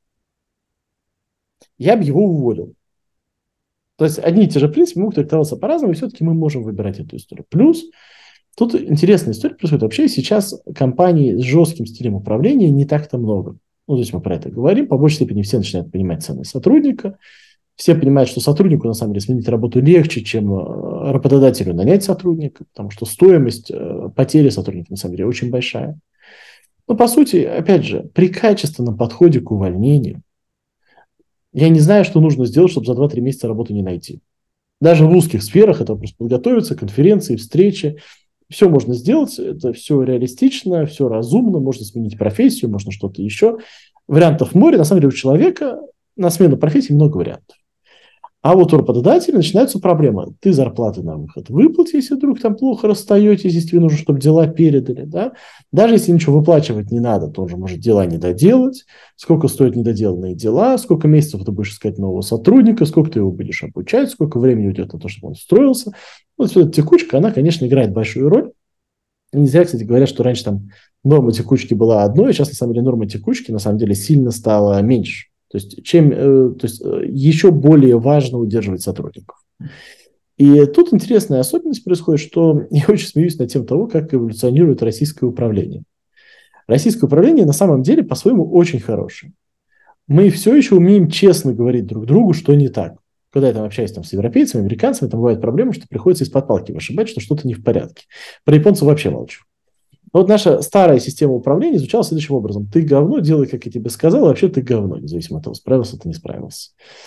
[SPEAKER 2] я бы его уволил. То есть одни и те же принципы могут трактоваться по-разному, и все-таки мы можем выбирать эту историю. Плюс тут интересная история происходит. Вообще сейчас компаний с жестким стилем управления не так-то много. Ну, то есть мы про это говорим. По большей степени все начинают понимать ценность сотрудника. Все понимают, что сотруднику на самом деле сменить работу легче, чем работодателю нанять сотрудника, потому что стоимость потери сотрудника на самом деле очень большая. Но по сути, опять же, при качественном подходе к увольнению я не знаю, что нужно сделать, чтобы за 2-3 месяца работу не найти. Даже в узких сферах это просто подготовиться, конференции, встречи. Все можно сделать, это все реалистично, все разумно, можно сменить профессию, можно что-то еще. Вариантов море. На самом деле у человека на смену профессии много вариантов. А вот у работодателя начинаются проблемы. Ты зарплаты на выход выплати, если вдруг там плохо расстаетесь, если тебе нужно, чтобы дела передали. Да? Даже если ничего выплачивать не надо, то он же может дела не доделать. Сколько стоят недоделанные дела, сколько месяцев ты будешь искать нового сотрудника, сколько ты его будешь обучать, сколько времени уйдет на то, чтобы он строился. Вот эта текучка, она, конечно, играет большую роль. И не зря, кстати, говорят, что раньше там норма текучки была одной, а сейчас, на самом деле, норма текучки, на самом деле, сильно стала меньше. То есть, еще более важно удерживать сотрудников. И тут интересная особенность происходит, что я очень смеюсь над тем того, как эволюционирует российское управление. Российское управление на самом деле по-своему очень хорошее. Мы все еще умеем честно говорить друг другу, что не так. Когда я там общаюсь там, с европейцами, американцами, там бывает проблема, что приходится из-под палки вышибать, что что-то не в порядке. Про японцев вообще молчу. Но вот наша старая система управления звучала следующим образом. Ты говно, делай, как я тебе сказал, а вообще ты говно, независимо от того, справился ты, не справился.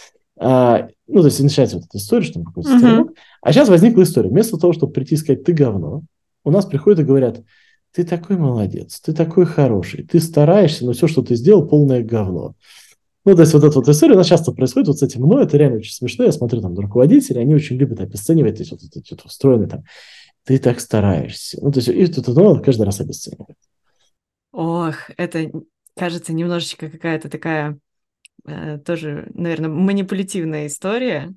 [SPEAKER 2] Ну, то есть начинается вот эта история, что там какой-то стрелок. А сейчас возникла история. Вместо того, чтобы прийти и сказать, ты говно, у нас приходят и говорят, ты такой молодец, ты такой хороший, ты стараешься, но все, что ты сделал, полное говно. Ну, то есть вот эта вот история, она часто происходит вот с этим мной, это реально очень смешно. Я смотрю там руководители, они очень любят обесценивать, то есть вот эти вот встроенные там, ты так стараешься. Ну, то есть и тут ну, каждый раз обесценивает.
[SPEAKER 1] Ох, это, кажется, немножечко какая-то такая тоже, наверное, манипулятивная история.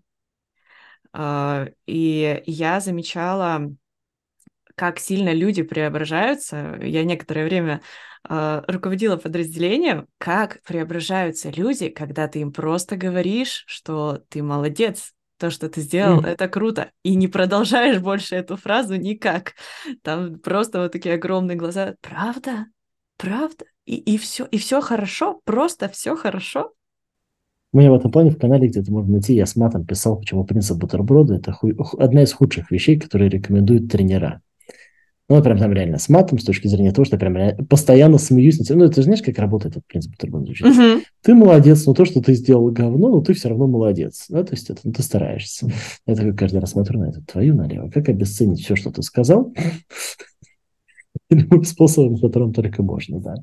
[SPEAKER 1] И я замечала, как сильно люди преображаются. Я некоторое время руководила подразделением, как преображаются люди, когда ты им просто говоришь, что ты молодец, то, что ты сделал, это круто, и не продолжаешь больше эту фразу никак. Там просто вот такие огромные глаза. Правда? Правда? И все хорошо? Просто все хорошо?
[SPEAKER 2] У меня в этом плане в канале где-то можно найти, я с матом писал, почему принцип бутерброда – это одна из худших вещей, которые рекомендуют тренера. Ну, прям там реально с матом, с точки зрения того, что я прям постоянно смеюсь. Ну, ты же знаешь, как работает этот принцип бутерброда звучит? Ты молодец, но то, что ты сделал говно, но ты все равно молодец. Да? То есть это, ты стараешься. Я такой каждый раз смотрю на это, твою налево. Как обесценить все, что ты сказал? Любым способом, которым только можно, да.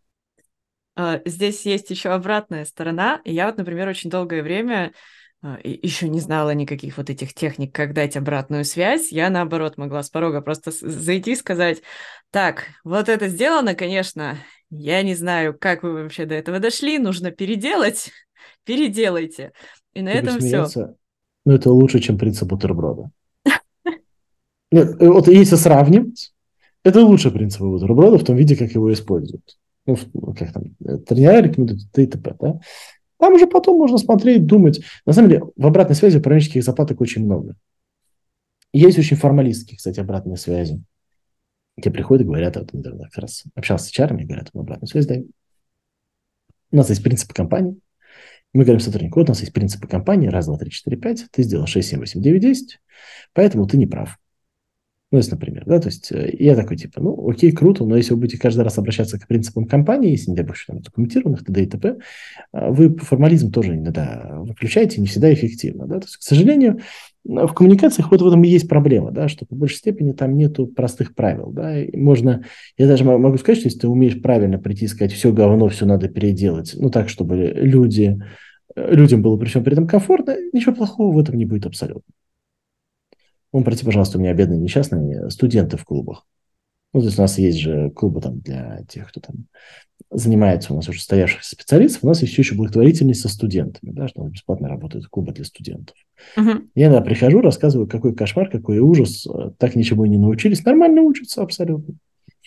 [SPEAKER 1] Здесь есть еще обратная сторона. Я вот, например, очень долгое время еще не знала никаких вот этих техник, как дать обратную связь. Я, наоборот, могла с порога просто зайти и сказать, так, вот это сделано, конечно, я не знаю, как вы вообще до этого дошли, нужно переделать, переделайте. И на
[SPEAKER 2] Ты
[SPEAKER 1] этом все.
[SPEAKER 2] посмеяться, но это лучше, чем принцип бутерброда. Нет, вот если сравнивать, это лучше принципа бутерброда в том виде, как его используют. Ну, как там, тренера рекомендуют, т.д. Да? Там уже потом можно смотреть, думать. На самом деле, в обратной связи управленческих заплаток очень много. Есть очень формалистские, кстати, обратные связи. Те приходят и говорят, вот недавно как раз общался с HR, и говорят, мы обратную связь даем. У нас есть принципы компании. Мы говорим сотруднику, вот у нас есть принципы компании, раз, два, три, четыре, пять, ты сделал 6, 7, 8, 9, 10, поэтому ты не прав. Ну, если, например, да, то есть я такой, типа, ну, окей, круто, но если вы будете каждый раз обращаться к принципам компании, если, не дай бог, что там документированных, т.д. и т.п., вы формализм тоже иногда выключаете, не всегда эффективно, да, то есть, к сожалению, в коммуникациях вот в этом и есть проблема, да, что по большей степени там нету простых правил, да, и можно, я даже могу сказать, что если ты умеешь правильно прийти и сказать, все говно, все надо переделать, ну, так, чтобы людям было при всем при этом комфортно, ничего плохого в этом не будет абсолютно. Вон, прости, пожалуйста, у меня бедные несчастные студенты в клубах. Ну, то есть у нас есть же клубы там для тех, кто там занимается у нас уже стоявших специалистов, у нас есть еще благотворительность со студентами, да, что бесплатно работают клубы для студентов.
[SPEAKER 1] Мгм.
[SPEAKER 2] Я иногда прихожу, рассказываю, какой кошмар, какой ужас, так ничего и не научились, нормально учатся абсолютно.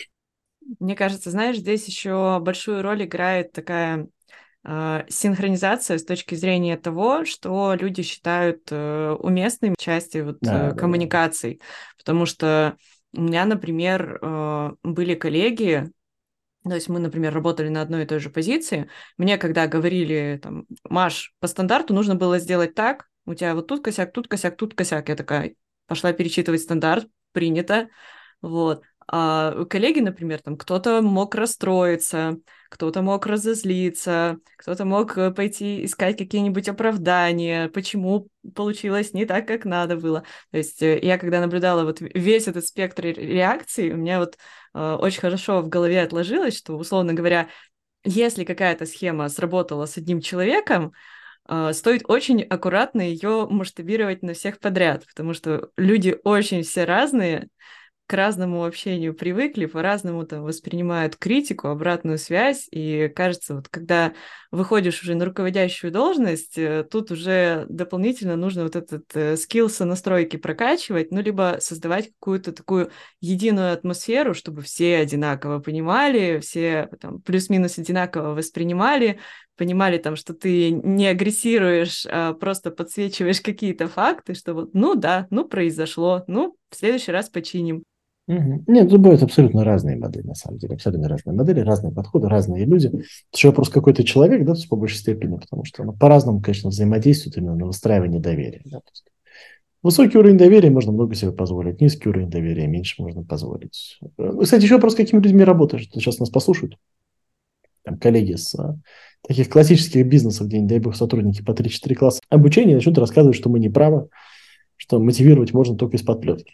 [SPEAKER 1] Мне кажется, знаешь, здесь еще большую роль играет такая синхронизация с точки зрения того, что люди считают уместной части вот,
[SPEAKER 2] Да, да, да.
[SPEAKER 1] коммуникаций. Потому что у меня, например, были коллеги, то есть мы, например, работали на одной и той же позиции. Мне когда говорили, там, Маш, по стандарту нужно было сделать так, у тебя вот тут косяк, тут косяк, тут косяк. Я такая, пошла перечитывать стандарт, принято. Вот. А коллеги, например, там кто-то мог расстроиться, кто-то мог разозлиться, кто-то мог пойти искать какие-нибудь оправдания, почему получилось не так, как надо было. То есть я когда наблюдала вот весь этот спектр реакций, у меня вот очень хорошо в голове отложилось, что, условно говоря, если какая-то схема сработала с одним человеком, стоит очень аккуратно ее масштабировать на всех подряд, потому что люди очень все разные, к разному общению привыкли, по-разному там воспринимают критику, обратную связь, и кажется, вот когда выходишь уже на руководящую должность, тут уже дополнительно нужно вот этот скилл сонастройки прокачивать, ну, либо создавать какую-то такую единую атмосферу, чтобы все одинаково понимали, все там плюс-минус одинаково воспринимали, понимали там, что ты не агрессируешь, а просто подсвечиваешь какие-то факты, что вот, ну да, ну произошло, ну в следующий раз починим.
[SPEAKER 2] Мгм. Нет, тут бывают абсолютно разные модели, на самом деле. Абсолютно разные модели, разные подходы, разные люди. Это еще вопрос, какой ты человек, да, то есть по большей степени, потому что ну, по-разному, конечно, взаимодействуют именно на выстраивание доверия. Да, то есть высокий уровень доверия можно много себе позволить, низкий уровень доверия меньше можно позволить. Кстати, еще вопрос, с какими людьми работаешь. Сейчас нас послушают там, коллеги с таких классических бизнесов, где, не дай бог, сотрудники по 3-4 класса обучения начнут рассказывать, что мы не правы, что мотивировать можно только из-под плетки.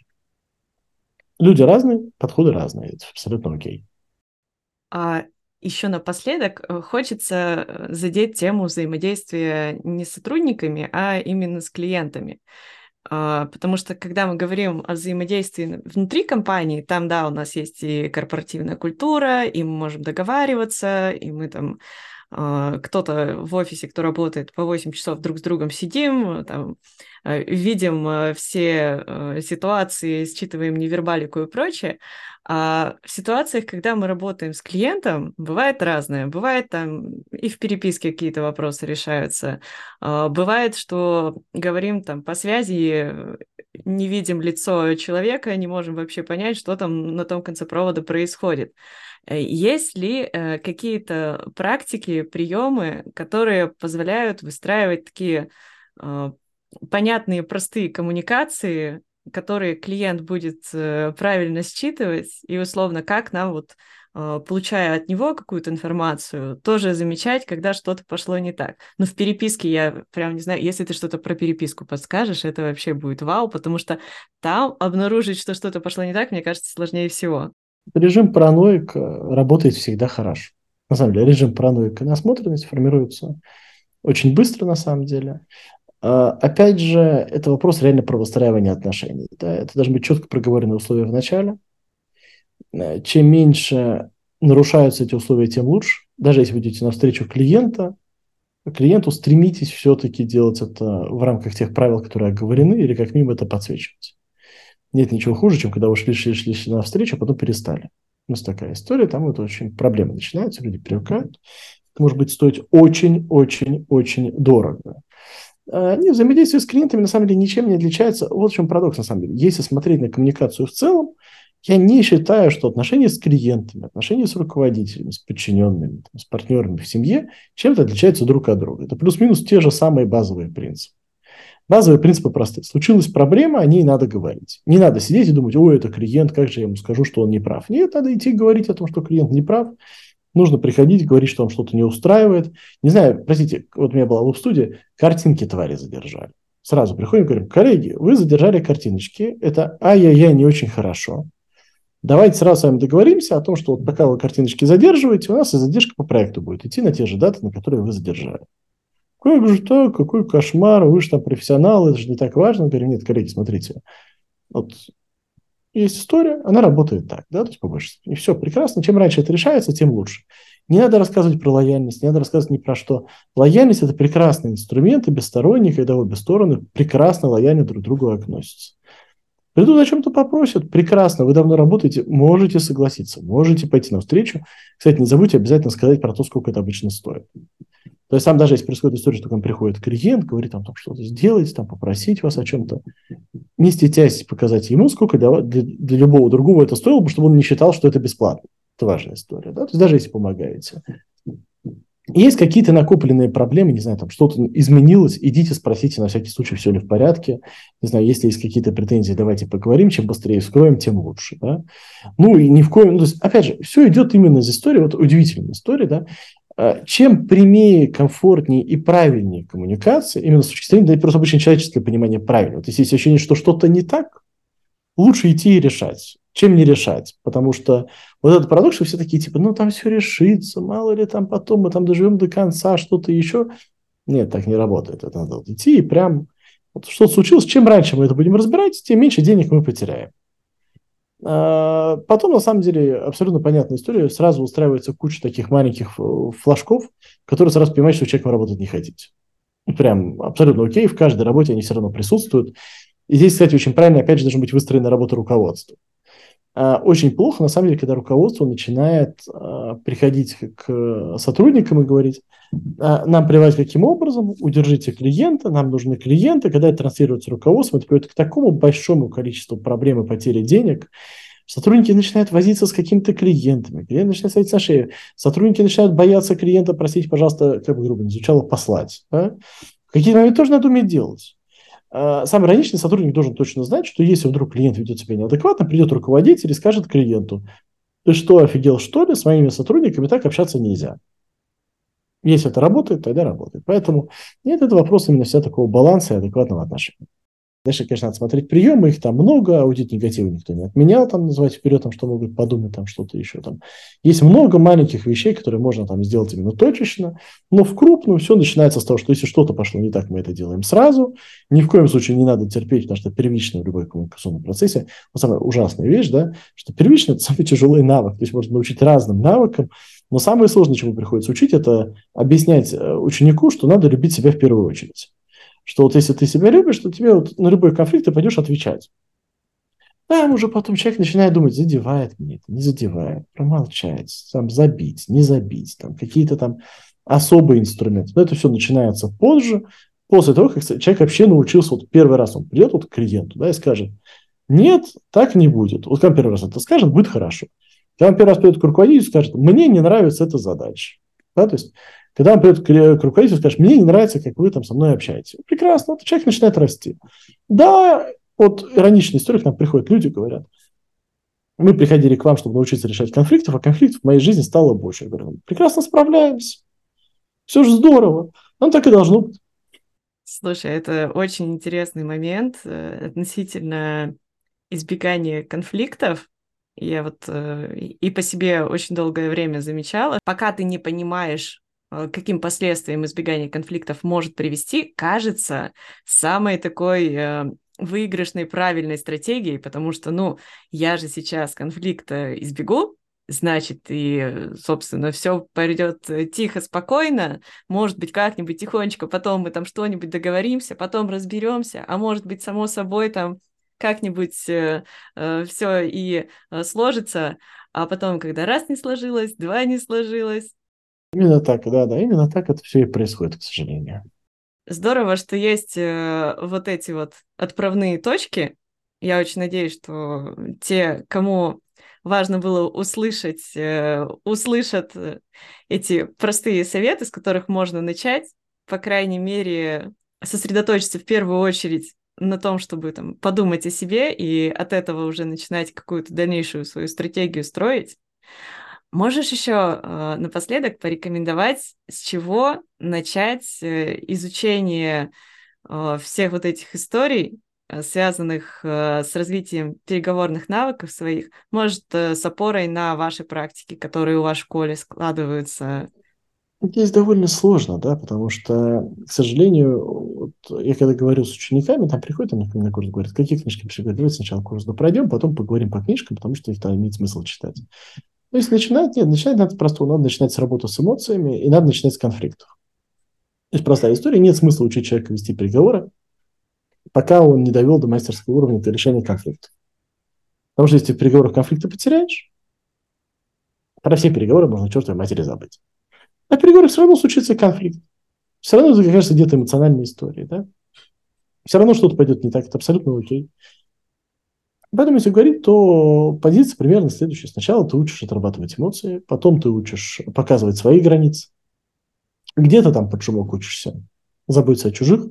[SPEAKER 2] Люди разные, подходы разные, это абсолютно окей.
[SPEAKER 1] А еще напоследок хочется задеть тему взаимодействия не с сотрудниками, а именно с клиентами. Потому что когда мы говорим о взаимодействии внутри компании, там, да, у нас есть и корпоративная культура, и мы можем договариваться, и мы там кто-то в офисе, кто работает по 8 часов друг с другом сидим, там, видим все ситуации, считываем невербалику и прочее. А в ситуациях, когда мы работаем с клиентом, бывает разное. Бывает там и в переписке какие-то вопросы решаются. Бывает, что говорим там по связи, не видим лицо человека, не можем вообще понять, что там на том конце провода происходит. Есть ли какие-то практики, приемы, которые позволяют выстраивать такие понятные, простые коммуникации, которые клиент будет правильно считывать, и условно, как нам вот, получая от него какую-то информацию, тоже замечать, когда что-то пошло не так. Но в переписке я прям не знаю, если ты что-то про переписку подскажешь, это вообще будет вау, потому что там обнаружить, что что-то пошло не так, мне кажется, сложнее всего.
[SPEAKER 2] Режим параноик работает всегда хорошо. На самом деле, режим параноика и насмотренность формируется очень быстро, на самом деле. Опять же, это вопрос реально про выстраивание отношений. Да? Это должны быть четко проговоренные условия в начале. Чем меньше нарушаются эти условия, тем лучше. Даже если вы идете навстречу клиенту стремитесь все-таки делать это в рамках тех правил, которые оговорены, или как минимум это подсвечивать. Нет ничего хуже, чем когда вы шли навстречу, а потом перестали. У нас такая история, там это очень проблемы начинаются, люди привыкают. Это может быть стоить очень-очень-очень дорого. Нет, взаимодействие с клиентами на самом деле ничем не отличается. Вот в чем парадокс на самом деле. Если смотреть на коммуникацию в целом, я не считаю, что отношения с клиентами, отношения с руководителями, с подчиненными, там, с партнерами в семье чем-то отличаются друг от друга. Это плюс-минус те же самые базовые принципы. Базовые принципы просты. Случилась проблема, о ней надо говорить. Не надо сидеть и думать, ой, это клиент, как же я ему скажу, что он не прав. Нет, надо идти говорить о том, что клиент не прав. Нужно приходить, говорить, что вам что-то не устраивает. Не знаю, простите, вот у меня была лоп-студия, картинки твари задержали. Сразу приходим и говорим, коллеги, вы задержали картиночки, это ай-яй-яй, не очень хорошо. Давайте сразу с вами договоримся о том, что вот пока вы картиночки задерживаете, у нас и задержка по проекту будет идти на те же даты, на которые вы задержали. Как же так, какой кошмар, вы же там профессионалы, это же не так важно. Я говорю, нет, коллеги, смотрите, вот есть история, она работает так, да, то есть по большей степени. И все прекрасно, чем раньше это решается, тем лучше. Не надо рассказывать про лояльность, не надо рассказывать ни про что. Лояльность – это прекрасный инструмент, и бессторонний, когда обе стороны прекрасно лояльно друг к другу относятся. Придут о чем-то попросят, прекрасно, вы давно работаете, можете согласиться, можете пойти навстречу. Кстати, не забудьте обязательно сказать про то, сколько это обычно стоит. То есть там даже если происходит история, что к вам приходит клиент, говорит там что-то сделать, там попросить вас о чем-то, не стесняйтесь показать ему, сколько для любого другого это стоило бы, чтобы он не считал, что это бесплатно. Это важная история. Да? То есть даже если помогаете. Есть какие-то накопленные проблемы, не знаю, там что-то изменилось, идите спросите на всякий случай, все ли в порядке. Не знаю, если есть какие-то претензии, давайте поговорим, чем быстрее вскроем, тем лучше. Да? Ну и ни в коем... То есть, опять же, все идет именно из истории, вот удивительная история, да, чем прямее, комфортнее и правильнее коммуникация, именно с точки зрения, да, просто обычно человеческое понимание правильно. Вот если есть ощущение, что что-то не так, лучше идти и решать, чем не решать. Потому что вот этот парадокс, что все такие, типа, ну там все решится, мало ли там потом мы там доживем до конца, что-то еще. Нет, так не работает. Это надо вот идти и прям, вот что-то случилось, чем раньше мы это будем разбирать, тем меньше денег мы потеряем. Потом, на самом деле, абсолютно понятная история. Сразу устраивается куча таких маленьких флажков, которые сразу понимают, что вы человеком работать не хотите. Прям абсолютно окей, в каждой работе они все равно присутствуют. И здесь, кстати, очень правильно, опять же, должна быть выстроена работа руководства. Очень плохо, на самом деле, когда руководство начинает приходить к сотрудникам и говорить, нам плевать каким образом, удержите клиента, нам нужны клиенты. Когда это транслируется руководством, это приводит к такому большому количеству проблем и потери денег. Сотрудники начинают возиться с какими-то клиентами, клиенты начинают садиться на шею, сотрудники начинают бояться клиента, просить, пожалуйста, как бы грубо не звучало, послать. Да? В какие-то моменты тоже надо уметь делать. Самый ироничный сотрудник должен точно знать, что если вдруг клиент ведет себя неадекватно, придет руководитель и скажет клиенту, ты что, офигел, что ли, с моими сотрудниками так общаться нельзя. Если это работает, тогда работает. Поэтому нет, это вопрос именно вся такого баланса и адекватного отношения. Дальше, конечно, надо смотреть приемы, их там много, аудит негатива никто не отменял, там называть вперед, там, что могут подумать, там что-то еще там. Есть много маленьких вещей, которые можно там сделать именно точечно, но в крупном все начинается с того, что если что-то пошло не так, мы это делаем сразу. Ни в коем случае не надо терпеть, потому что первично в любой коммуникационном процессе, вот самая ужасная вещь, да, что первично – это самый тяжелый навык, то есть можно научить разным навыкам, но самое сложное, чему приходится учить, это объяснять ученику, что надо любить себя в первую очередь. Что вот если ты себя любишь, то тебе вот на любой конфликт ты пойдешь отвечать. Там уже потом человек начинает думать, задевает меня это, не задевает, промолчать, там, забить, не забить, там, какие-то там особые инструменты. Но это все начинается позже, после того, как человек вообще научился, вот первый раз он придет вот к клиенту, да, и скажет, нет, так не будет. Вот когда первый раз это скажет, будет хорошо. Когда он первый раз придет к руководителю и скажет, мне не нравится эта задача. Да, то есть когда он придет к руководителю и скажет, мне не нравится, как вы там со мной общаетесь. Прекрасно, этот человек начинает расти. Да, вот ироничная история, к нам приходят люди, говорят, мы приходили к вам, чтобы научиться решать конфликтов, а конфликтов в моей жизни стало больше. Я говорю, прекрасно справляемся, все же здорово, нам так и должно быть.
[SPEAKER 1] Слушай, это очень интересный момент относительно избегания конфликтов. Я вот и по себе очень долгое время замечала, пока ты не понимаешь, каким последствиям избегание конфликтов может привести, кажется самой такой выигрышной, правильной стратегией, потому что, ну, я же сейчас конфликта избегу, значит, и, собственно, все пойдет тихо, спокойно, может быть, как-нибудь тихонечко, потом мы там что-нибудь договоримся, потом разберемся, а может быть, само собой там как-нибудь все и сложится, а потом, когда раз не сложилось, два не сложилось.
[SPEAKER 2] Именно так, да, именно так это все и происходит, к сожалению.
[SPEAKER 1] Здорово, что есть вот эти вот отправные точки. Я очень надеюсь, что те, кому важно было услышать, услышат эти простые советы, с которых можно начать, по крайней мере, сосредоточиться в первую очередь на том, чтобы там подумать о себе и от этого уже начинать какую-то дальнейшую свою стратегию строить. Можешь еще напоследок порекомендовать, с чего начать изучение всех вот этих историй, связанных с развитием переговорных навыков своих, может, с опорой на ваши практики, которые у вас в школе складываются?
[SPEAKER 2] Здесь довольно сложно, да, потому что, к сожалению, вот я когда говорю с учениками, там приходят там, на курс, говорят, какие книжки пришли? Говорят, давайте сначала курс пройдем, потом поговорим по книжкам, потому что их там имеет смысл читать. То есть начинать, нет, начинать надо просто, надо начинать с работы с эмоциями, и надо начинать с конфликтов. То есть простая история, нет смысла учить человека вести переговоры, пока он не довел до мастерского уровня до решения конфликта. Потому что если ты в переговорах конфликты потеряешь, про все переговоры можно чертовой матери забыть. А в переговорах все равно случится конфликт. Все равно это, кажется, где-то эмоциональная история, да? Все равно что-то пойдет не так, это абсолютно окей. Поэтому, если говорить, то позиция примерно следующая. Сначала ты учишь отрабатывать эмоции, потом ты учишь показывать свои границы. Где-то там под шумок учишься заботиться о чужих.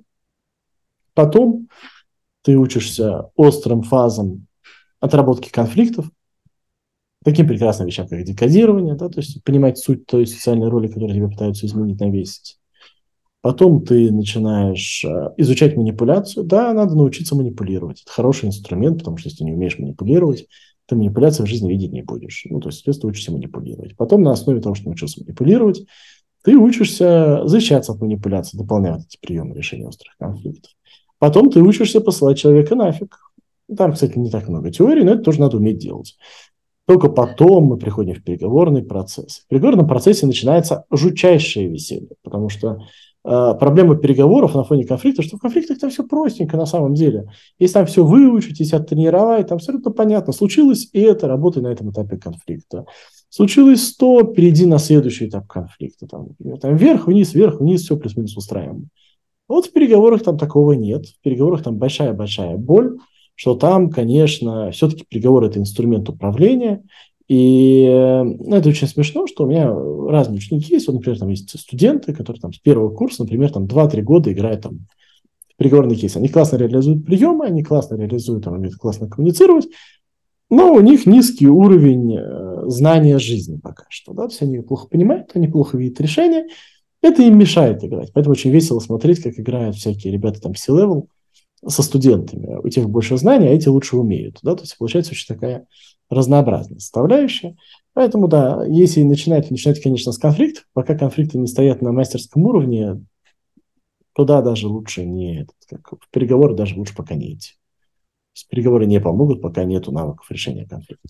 [SPEAKER 2] Потом ты учишься острым фазам отработки конфликтов, таким прекрасным вещам, как декодирование, да, то есть понимать суть той социальной роли, которую тебе пытаются изменить, навесить. Потом ты начинаешь изучать манипуляцию. Да, надо научиться манипулировать. Это хороший инструмент, потому что если ты не умеешь манипулировать, ты манипуляции в жизни видеть не будешь. Ну, то есть, соответственно, учишься манипулировать. Потом на основе того, что научился манипулировать, ты учишься защищаться от манипуляций, дополняя вот эти приемы решения острых конфликтов. Потом ты учишься посылать человека нафиг. Там, кстати, не так много теорий, но это тоже надо уметь делать. Только потом мы приходим в переговорный процесс. В переговорном процессе начинается жутчайшее веселье, потому что проблема переговоров на фоне конфликта, что в конфликтах там все простенько на самом деле. Если там все выучить, если оттренировать, там абсолютно понятно. Случилось и это, работай на этом этапе конфликта. Случилось то, перейди на следующий этап конфликта. Там, например, там вверх, вниз, все плюс-минус устраиваем. Вот в переговорах там такого нет. В переговорах там большая-большая боль, что там, конечно, все-таки переговоры – это инструмент управления. И ну, это очень смешно, что у меня разные ученики есть. Вот, например, там есть студенты, которые там с первого курса, например, там 2-3 года играют там в переговорный кейс. Они классно реализуют приемы, они классно реализуют, там, умеют классно коммуницировать, но у них низкий уровень знания жизни пока что. Да? То есть они плохо понимают, они плохо видят решения, это им мешает играть. Поэтому очень весело смотреть, как играют всякие ребята там C-level со студентами. У тех больше знаний, а эти лучше умеют. Да? То есть получается очень такая разнообразная составляющая. Поэтому, да, если начинать, конечно, с конфликтов, пока конфликты не стоят на мастерском уровне, то да, даже лучше не, как, в переговоры даже лучше пока не идти. То есть переговоры не помогут, пока нету навыков решения конфликтов.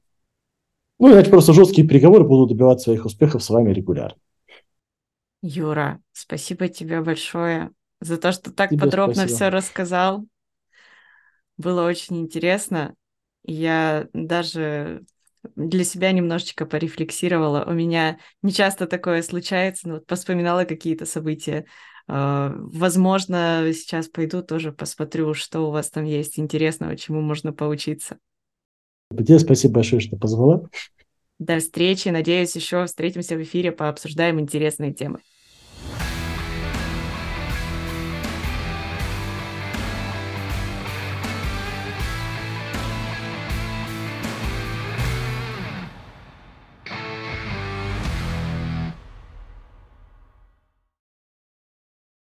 [SPEAKER 2] Ну, иначе просто жесткие переговоры будут добиваться своих успехов с вами регулярно.
[SPEAKER 1] Юра, спасибо тебе большое за то, что так
[SPEAKER 2] Тебе
[SPEAKER 1] подробно
[SPEAKER 2] спасибо.
[SPEAKER 1] все рассказал. Было очень интересно. Я даже для себя немножечко порефлексировала. У меня не часто такое случается, но вот поспоминала какие-то события. Возможно, сейчас пойду тоже посмотрю, что у вас там есть интересного, чему можно поучиться.
[SPEAKER 2] Тебе спасибо большое, что позвала.
[SPEAKER 1] До встречи. Надеюсь, еще встретимся в эфире, пообсуждаем интересные темы.